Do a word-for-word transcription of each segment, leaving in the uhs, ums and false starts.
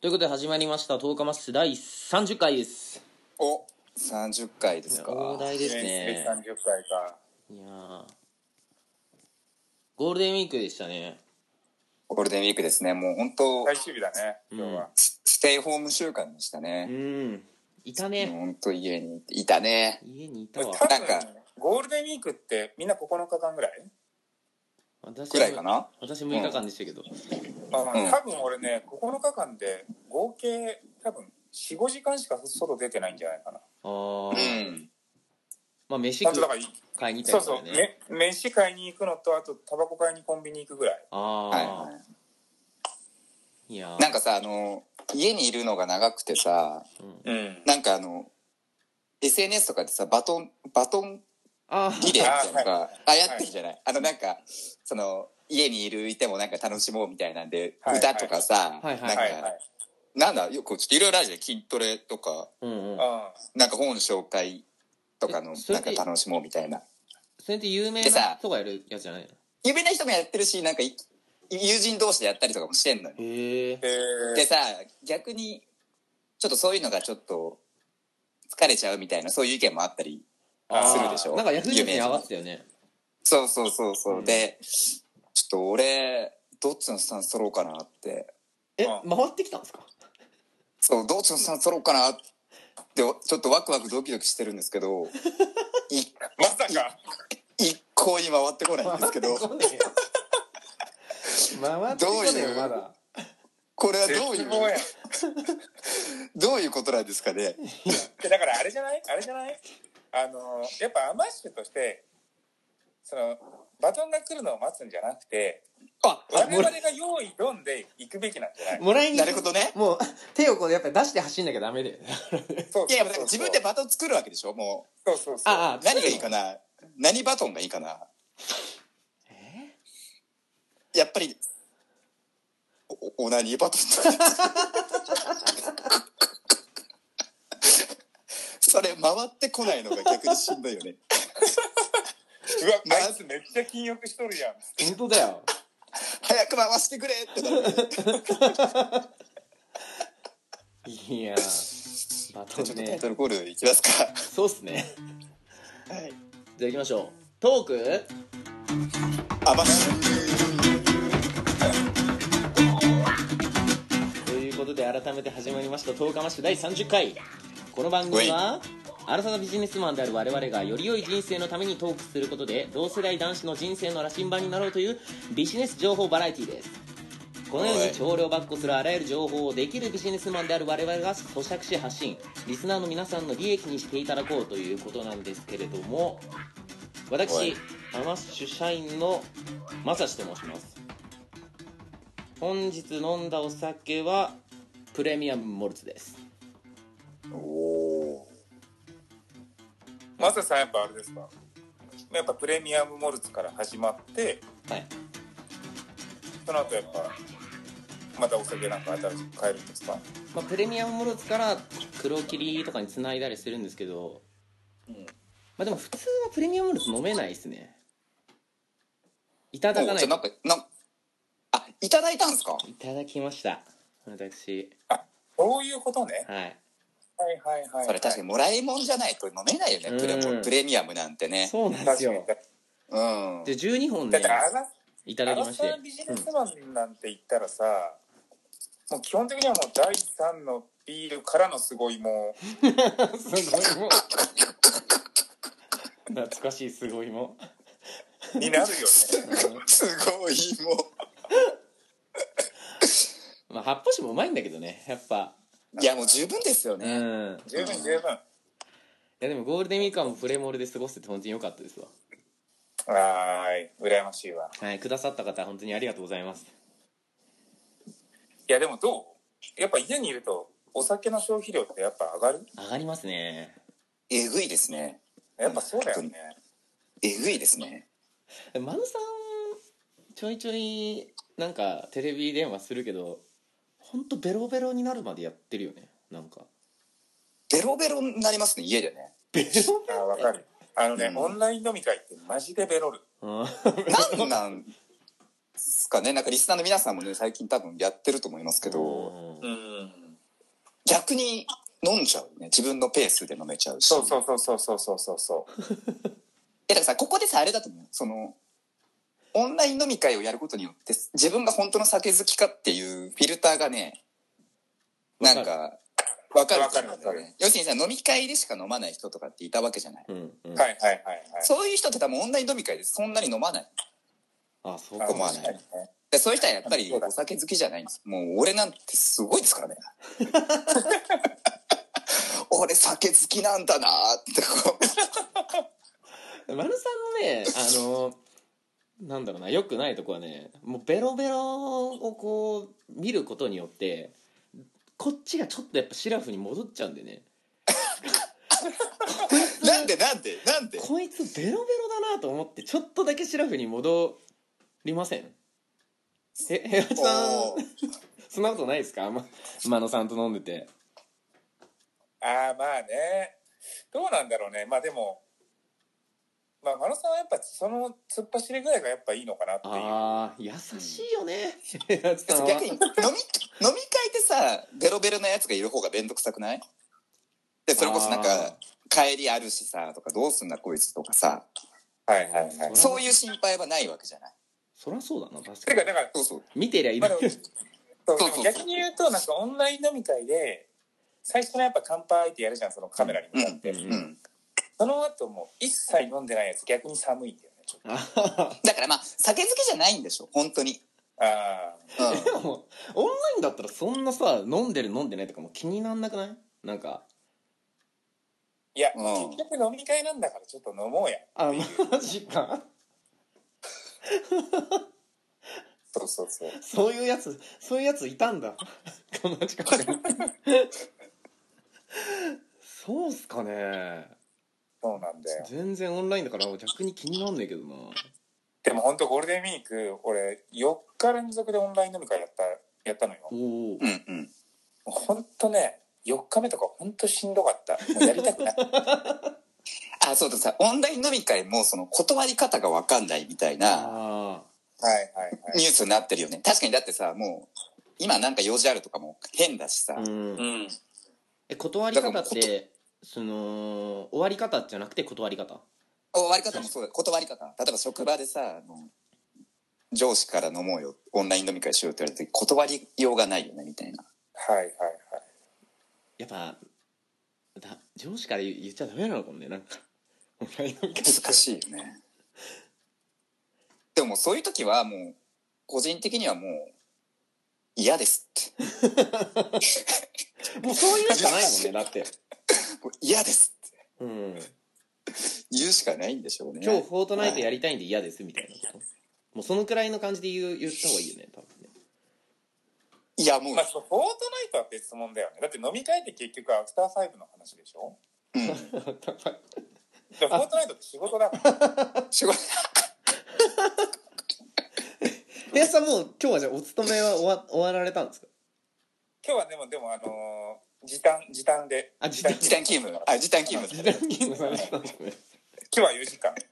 ということで始まりましたとおかマッシュだいさんじゅっかいです。 お、さんじゅっかいですか。 大台ですね。 さんじゅっかいか。 いやーゴールデンウィークでしたね。 ゴールデンウィークですね。もう本当最終日だね今日は、 うん、ス, ステイホーム週間でしたね。 うんいたね。 本当家にいたね。 家にいたわ。 多分ゴールデンウィークってみんなここのかかんぐらい私ぐらいかな。 私むいかかんでしたけど、 うん、あ、多分俺ねここのかかんで合計多分 よん,ご 時間しか外出てないんじゃないかな。 あー、 うん、 まあ飯食買いに行ったりとかね。 そうそう、ね、飯買いに行くのとあとタバコ買いにコンビニ行くぐらい。 ああ、 はいはい。 いやなんかさ、あの家にいるのが長くてさ、 うん、 なんかあの エスエヌエス とかでさバトンバトンリレーみたいなのがあやってるじゃない、はい、あのなんかその家にいるいてもなんか楽しもうみたいなんで、はいはい、歌とかさ、はいはい、なんか、はいはい、なんだよくちょっといろいろあるじゃん。筋トレとか、うんうん、なんか本紹介とかのなんか楽しもうみたいな。 それって有名な人がやるやつじゃないの？ 有名な人もやってるし、なんか友人同士でやったりとかもしてんのよ。へー。でさ、逆にちょっとそういうのがちょっと疲れちゃうみたいなそういう意見もあったりするでしょ。 なんかヤフーニュースに上がってたよね。 そうそうそうそう、うん、でちょっと俺どっちのスタンス取ろうかなって。 え、回ってきたんですか？ そう、どっちのスタンス取ろうかなってちょっとワクワクドキドキしてるんですけどまさか一向に回ってこないんですけど回ってこねえよまだ。 これはどういうどういうことなんですかね。 だからあれじゃないあれじゃないあのやっぱアマッシュとしてそのバトンが来るのを待つんじゃなくて、あ、我々が用意ドンで行くべきなんじゃない？ もらいになるほどね。 もう手をこうやっぱ出して走んなきゃダメで。 そういや自分でバトン作るわけでしょ。もうそうそうそう。 ああ何がいいかな。何バトンがいいかな。えー、やっぱりおオナニーバトンそれ回ってこないのが逆にしんどいよね。 うわ、あいつめっちゃ禁欲しとるやん。 本当だよ。 早く回してくれってなる。 いやバトンね。 ちょっとタイトルコールいきますか。 そうっすね。 はい。 じゃあ行きましょう。トークあばしということで改めて始まりましたトークアマッシュだいさんじゅっかい。この番組はアラサービジネスマンである我々がより良い人生のためにトークすることで同世代男子の人生の羅針盤になろうというビジネス情報バラエティです。このように少量ばっこするあらゆる情報をできるビジネスマンである我々が咀嚼し発信、リスナーの皆さんの利益にしていただこうということなんですけれども、私アマッシュ社員のまさしと申します。本日飲んだお酒はプレミアムモルツです。 おお。 マサさんやっぱあれですか、やっぱプレミアムモルツから始まって、はい、その後やっぱまたお酒なんか新しく買えるんですか？ まあ、プレミアムモルツから黒霧とかに繋いだりするんですけど、うん、まあでも普通はプレミアムモルツ飲めないですね。いただかないと。 なんかなあ、いただいたんですか？ いただきました私。 あ、そういうことね。 はいはいはいはい、はい、 それ確かにもらいもんじゃないと飲めないよね、プレ、プレミアムなんてね。 そうなんですよ。 うん。 でじゅうにほんねいただきまして。 アラサービジネスマンなんて言ったらさ、うん、もう基本的にはもうだいさんのビールからのすごいもすごいも懐かしいすごいもになるよね。 すごいもまあ発泡酒もうまいんだけどね、やっぱ。 いやもう十分ですよね。うん、 十分十分。いやでもゴールデンウィークはもうプレモルで過ごせて本当に良かったですわ。 はい、羨ましいわ。 はい、くださった方本当にありがとうございます。 いやでもどう？やっぱ家にいるとお酒の消費量ってやっぱ上がる？ 上がりますね。 えぐいですね。 やっぱそうだよね。 えぐいですね。 マヌさんちょいちょいなんかテレビ電話するけど、本当ベロベロになるまでやってるよね。なんかベロベロになりますね、家でね。 ベロベロ。 あ、わかる。あのね、うん、オンライン飲み会ってマジでベロる。 なんなんすかね。なんかリスナーの皆さんもね最近多分やってると思いますけど、うん、逆に飲んじゃうね。自分のペースで飲めちゃうし。 そうそうそうそうそうそうそうそうえだからさここでさあれだと思う。そのオンライン飲み会をやることによって自分が本当の酒好きかっていうフィルターがねなんか分かると思うんだよね。要するにさ飲み会でしか飲まない人とかっていたわけじゃない、うんうん、はいはいはいはい。そういう人って多分オンライン飲み会でそんなに飲まない。 あそうかもしれない。 でそういう人はやっぱりお酒好きじゃないんです。もう俺なんてすごいですからね俺酒好きなんだなってこう丸さんのねあのなんだろうなよくないとこはねもうベロベロをこう見ることによってこっちがちょっとやっぱシラフに戻っちゃうんでねなんでなんでなんでこいつベロベロだなと思ってちょっとだけシラフに戻りません？えへやさんそんなことないですか？ま真野さんと飲んでて。 ああまあねどうなんだろうね。まあでもまあ真野さんはやっぱその突っ走りぐらいがやっぱいいのかなっていう。ああ優しいよね、 うん、逆に飲み飲み会でさベロベロなやつがいる方が面倒くさくない？でそれこそなんか帰りあるしさとかどうすんだこいつとかさ、 はいはいはい、 そういう心配はないわけじゃない。 そりゃそうだな確かに。 てかだからそうそう見てりゃいい、まあ、 そうそうそう逆に言うとなんかオンライン飲み会で最初のやっぱ乾杯ってやるじゃんそのカメラに向かって、うんうんうん、その後も一切飲んでないやつ逆に寒いんだよねちょっとだからまあ酒好きじゃないんでしょ本当に。 ああ、うん、でもオンラインだったらそんなさ飲んでる飲んでないとかも気になんなくない？なんかいや、うん、結局飲み会なんだからちょっと飲もうや。 あマジかそうそうそうそういうやつそういうやついたんだこの近くにそうっすかね。 そうなんだよ。 全然オンラインだから逆に気になんねえけどな。 でも本当ゴールデンウィーク俺よっか連続でオンライン飲み会やったやったのよ。 おお。 うんうん。 本当ねよっかめとか本当しんどかった。もうやりたくないあそうださオンライン飲み会もその断り方が分かんないみたいなはいはいはい、 ニュースになってるよね。確かにだってさもう今なんか用事あるとかも変だしさ、うんうん、え断り方ってその終わり方じゃなくて断り方終わり方もそうだ。断り方例えば職場でさあの上司から飲もうよオンライン飲み会しようって言われて断りようがないよねみたいな。 はいはいはい。 やっぱだ上司から言っちゃダメなのかもねなんかオンライン飲み会難しいよねでもそういう時はもう個人的にはもう嫌ですってもうそういうしかないもんねだって嫌ですって、 うん、 言うしかないんでしょうね。 今日フォートナイトやりたいんで嫌ですみたいなこと、はい、もうそのくらいの感じで言う言った方がいいよね多分ね。 いやもう、 まあ、そのフォートナイトは別物だよね。だって飲み会って結局アフターファイブの話でしょ、うん、フォートナイトって仕事だから仕事林さんもう今日はじゃあお勤めは終わ、終わられたんですか？ 今日はでもでもあのー、時短時短であ時短時短勤務あ時短勤務時短勤務されてたんですね今日はよじかん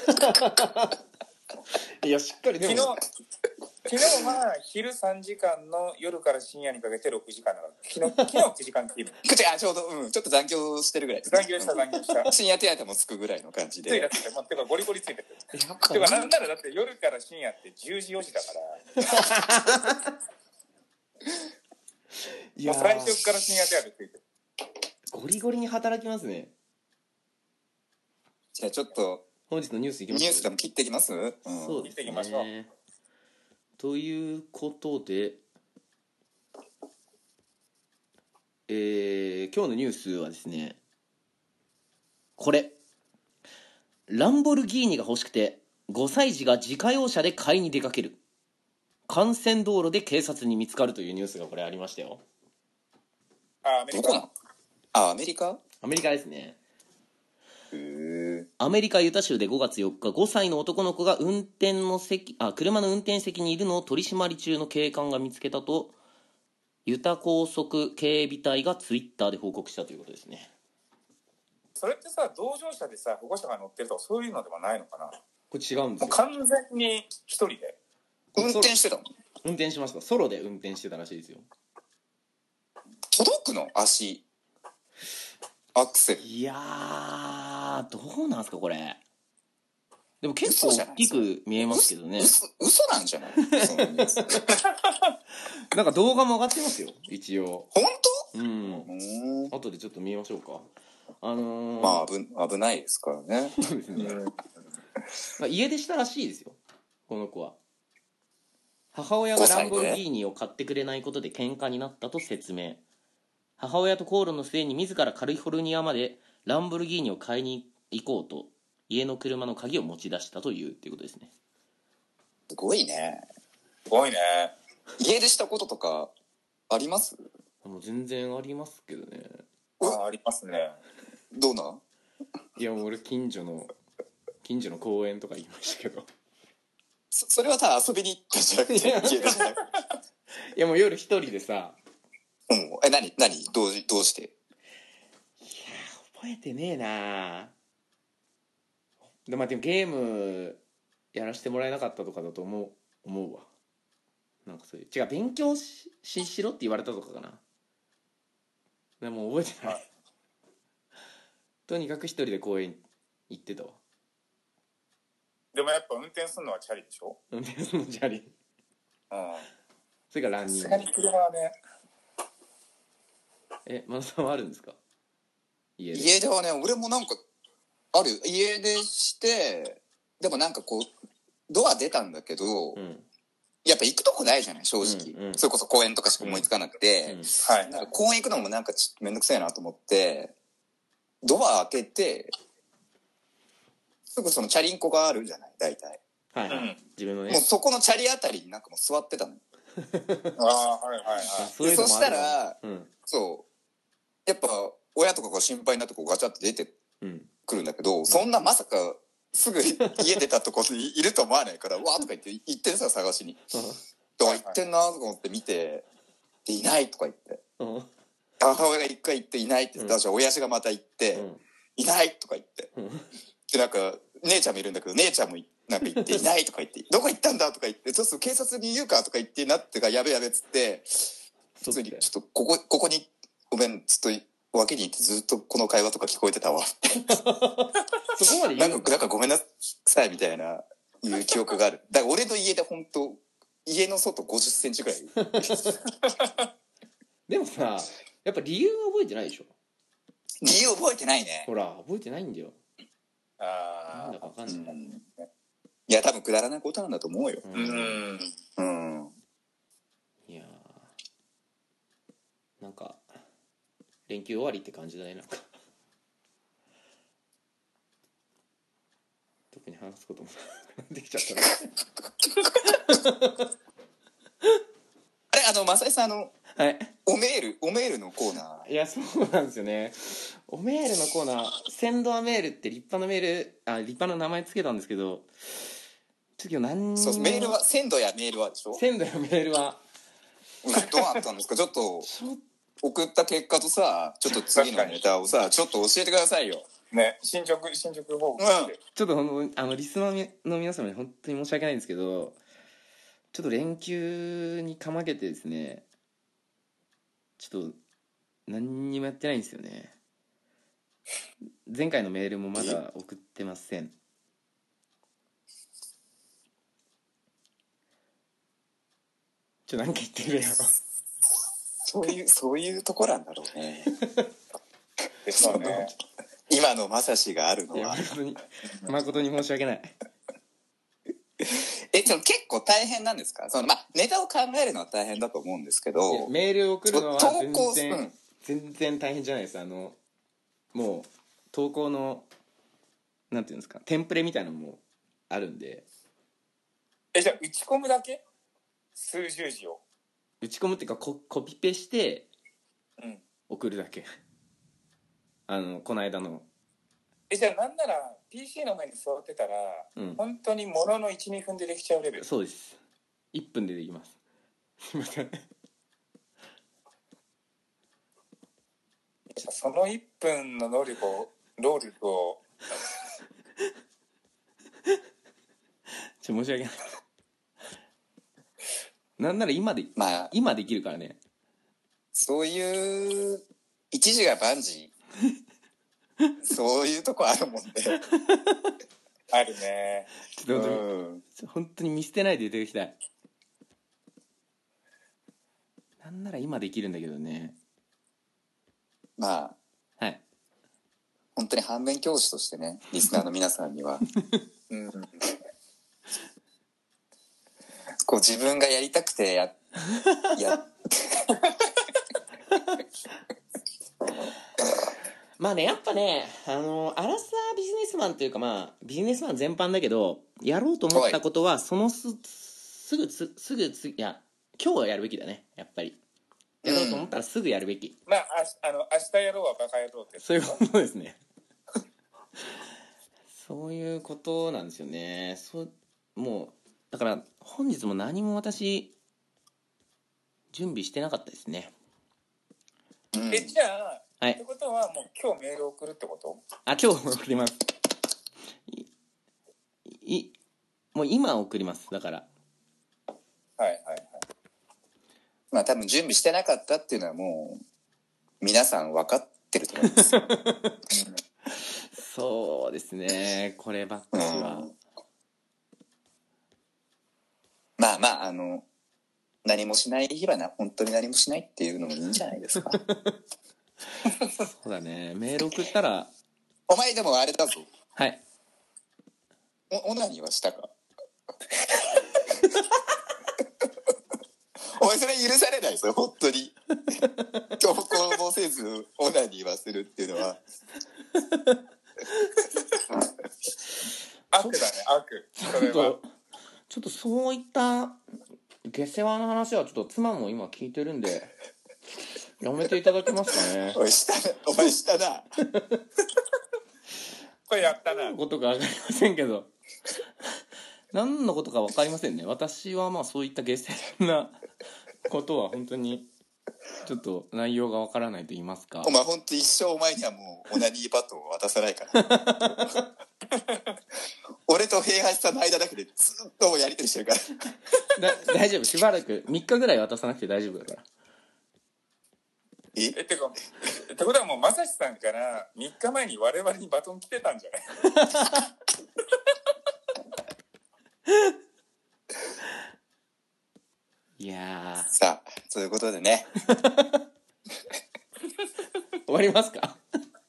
いやしっかりでも昨日昨日は昼さんじかんの夜から深夜にかけてろくじかんだから昨日昨日くじかん勤務あちょうど、うん、ちょっと残業してるぐらい残業した残業した深夜手当もつくぐらいの感じでついたついた、まあ、てかゴリゴリついてるてかなんならだって夜から深夜ってじゅうじよじだからいやもう最初から深夜手当ついてるゴリゴリに働きますね。 じゃあちょっと本日のニュースいきます。 ニュースでも切っていきます、うん、 そうですね、切っていきましょう。ということで、えー、今日のニュースはですねこれランボルギーニが欲しくてごさい児が自家用車で買いに出かける幹線道路で警察に見つかるというニュースがこれありましたよ。 あアメリカどこなあアメリカアメリカですね。 へアメリカユタ州でごがつよっかごさいの男の子が運転の席あ車の運転席にいるのを取り締まり中の警官が見つけたとユタ高速警備隊がツイッターで報告したということですね。 それってさ同乗者でさ保護者が乗ってるとかそういうのではないのかな。 これ違うんですよ。 もう完全に一人で運転してたの？ 運転しました。ソロで運転してたらしいですよ。 届くの？足アクセル。 いやーどうなんすかこれ。でも結構大きく見えますけどね。 嘘、嘘なんじゃない？ なんか動画も上がってますよ一応。 本当？ うん。後でちょっと見ましょうか。あのー、 まあ危、危ないですからね。そうですね。 まあ、家出したらしいですよこの子は。母親がランボルギーニを買ってくれないことで喧嘩になったと説明。母親と口論の末に自らカリフォルニアまでランボルギーニを買いに行こうと家の車の鍵を持ち出したというっていうことですね。 すごいね。 すごいね。 家出したこととかあります？ もう全然ありますけどね。 あ、ありますね。 どうなん？ いやもう俺近所の近所の公園とか行きましたけど。 そ, それはただ遊びに行ったじゃなくて家出じゃなくて。 いやもう夜一人でさ。 うん。え、何何どうどうして？いや覚えてねえな。でまあでもゲームやらせてもらえなかったとかだと思う思うわ。なんかそういう違う勉強 し, し, しろって言われたとかかな。でも覚えてない、はい、とにかく一人で公園行ってたわ。 でもやっぱ運転するのはチャリでしょ？ 運転するのチャリ。うん。それからランニング。 さすがに車はね。 え、マナさんはあるんですか？ 家で。家ではね、俺もなんかある。家出してでもなんかこうドア出たんだけど、うん、やっぱ行くとこないじゃない正直、うんうん、それこそ公園とかしか思いつかなくて、うんうん、なんか公園行くのもなんかちょっとめんどくさいなと思ってドア開けてすぐそのチャリンコがあるじゃない大体、 はいはい、うん、自分のねもうそこのチャリあたりになんかもう座ってたの。 ああはいはいはい。 そ, そしたら、うん、そうやっぱ親とかが心配になってこうガチャって出てくるんだけど、うん、そんなまさかすぐ家出たとこにいると思わないからわーとか言って行ってさ探しにどう行ってんなとか思って見てでいないとか言って、うん、母親が一回行っていないって言って、うん、親父がまた行って、うん、いないとか言って、うん、でなんか姉ちゃんもいるんだけど姉ちゃんもなんか言っていないとか言ってどこ行ったんだとか言ってそうすると警察に言うかとか言ってなってかやべやべっつって普通にちょっとここここにごめんずっと脇にいてずっとこの会話とか聞こえてたわそこまで言うのなんかなんかごめんなさいみたいないう記憶がある。だから俺の家で本当家の外ごじゅっセンチぐらいでもさやっぱ理由は覚えてないでしょ。 理由覚えてないね。 ほら覚えてないんだよ。 あなんだか分かんない、うん、 いや多分くだらないことなんだと思うよ。 うん、 うん、 いやなんか連休終わりって感じだね。なんか特に話すこともできちゃったなあれあの正井さんあの、 はい、 おメールおメールのコーナーいやそうなんですよね。おメールのコーナーセンドアメールって立派なメールあ立派な名前つけたんですけどちょっと今何そうメールはセンドやメールはでしょ。 センドやメールはどうなったんですかちょっと送った結果とさちょっと次のネタをさちょっと教えてくださいよね。進捗進捗報告して、うん、 ちょっとあのリスナーの皆様に本当に申し訳ないんですけどちょっと連休にかまけてですねちょっと何にもやってないんですよね。前回のメールもまだ送ってません。ちょっと何か言ってくれよそういうそういうとこなんだろうねそうね今のまさしがあるのは誠に誠に申し訳ないえちょ結構大変なんですか。その、まあ、ネタを考えるのは大変だと思うんですけどメールを送るのは全然、うん、全然大変じゃないです。あのもう投稿のなんていうんですかテンプレみたいなのもあるんで。 えじゃあ打ち込むだけ数十字を打ち込むっていうか コ, コピペして送るだけ、うん、あのこの間のえじゃあなんなら ピーシー の前に座ってたら、うん、本当にものの いち,に 分でできちゃうレベル。 そうです。いっぷんでできます。すいませんそのいっぷんの能力を労力をちょ申し訳ないなんなら今で、まあ、今できるからね。 そういう一時が万事そういうとこあるもんね。 あるね。 ちょっと本当に、うん、本当に見捨てないで出てきたい。なんなら今できるんだけどね。 まあ、はい。本当に反面教師としてね、リスナーの皆さんには、うん、こう自分がやりたくてややまあね、やっぱね、あのアラサービジネスマンというか、まあビジネスマン全般だけど、やろうと思ったことはそのすすぐつすぐついや今日はやるべきだね。やっぱりやろうと思ったらすぐやるべき、うん、 まああの明日やろうはバカやろうって、 そういうことですね。そういうことなんですよね。そうもうだから本日も何も私準備してなかったですね。 えじゃあ、はい、ってことはもう今日メール送るってこと？ あ、今日送ります。いいもう今送ります。だからはいはいはい。 まあ多分準備してなかったっていうのはもう皆さん分かってると思います。 そうですね。こればっかりは、うん、 まあまああの何もしない日はな本当に何もしないっていうのもいいんじゃないですか。 そうだね。メール送ったらお前でもあれだぞ。 はい。 おオナニーはしたか？お前それ許されないですよ本当に。投稿もせずオナニーはするっていうのは悪だね、悪。それはちょっとそういった下世話の話はちょっと妻も今聞いてるんでやめていただけますかね。 おいしたお前したな。 これやったな。 ことか分かりませんけど何のことか分かりませんね。私はまあそういった下世話なことは本当にちょっと内容が分からないと言いますか。 お前本当一生お前にはもうオナニーバトンを渡さないから俺と平八さんの間だけでずっとやりとりしてるからだ大丈夫、しばらくみっかぐらい渡さなくて大丈夫だから。 ええってかってことはもうまさしさんからみっかまえに我々にバトン来てたんじゃない？ いやーさあそういうことでね終わりますか？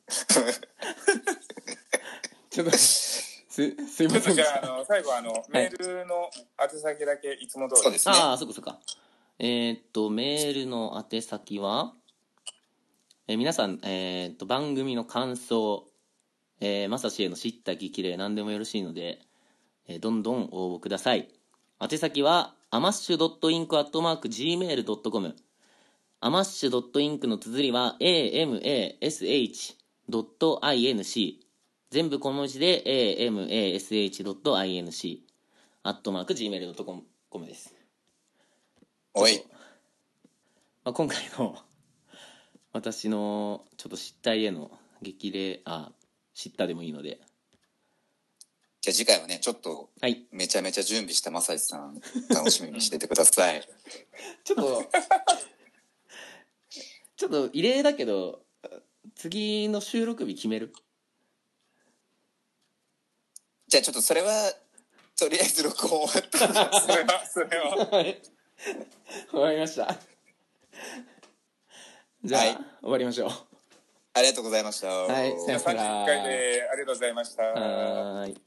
ちょっとすすいません。 ちょっとじゃあ、あの最後あの、はい、メールの宛先だけいつも通り。 そうですね。 ああ、そうかそうか。えー、っとメールの宛先は、えー、皆さん、えー、っと番組の感想、えー、まさしへの知った激励何でもよろしいので、えー、どんどん応募ください。宛先はアマッシュドットインクアットマークジーメールドットコム、アマッシュドットインクの綴りは エーエムエーエスエイチドットアイエヌシー、全部小文字で エーエムエーエスエイチドットアイエヌシー アットマーク ジーメールドットコム です。 おい、 まあ、今回の私のちょっと失態への激励、あ、知ったでもいいので、 じゃあ次回はねちょっとめちゃめちゃ準備したまさしさん楽しみにしててください。 ちょっとちょっと異例だけど次の収録日決める？ じゃあちょっとそれはとりあえず録音終わったらそれはそれははい終わりました。じゃあ、はい、終わりましょう。 ありがとうございました。 はい、さよなら。 さんじゅっかいでありがとうございました。 はい。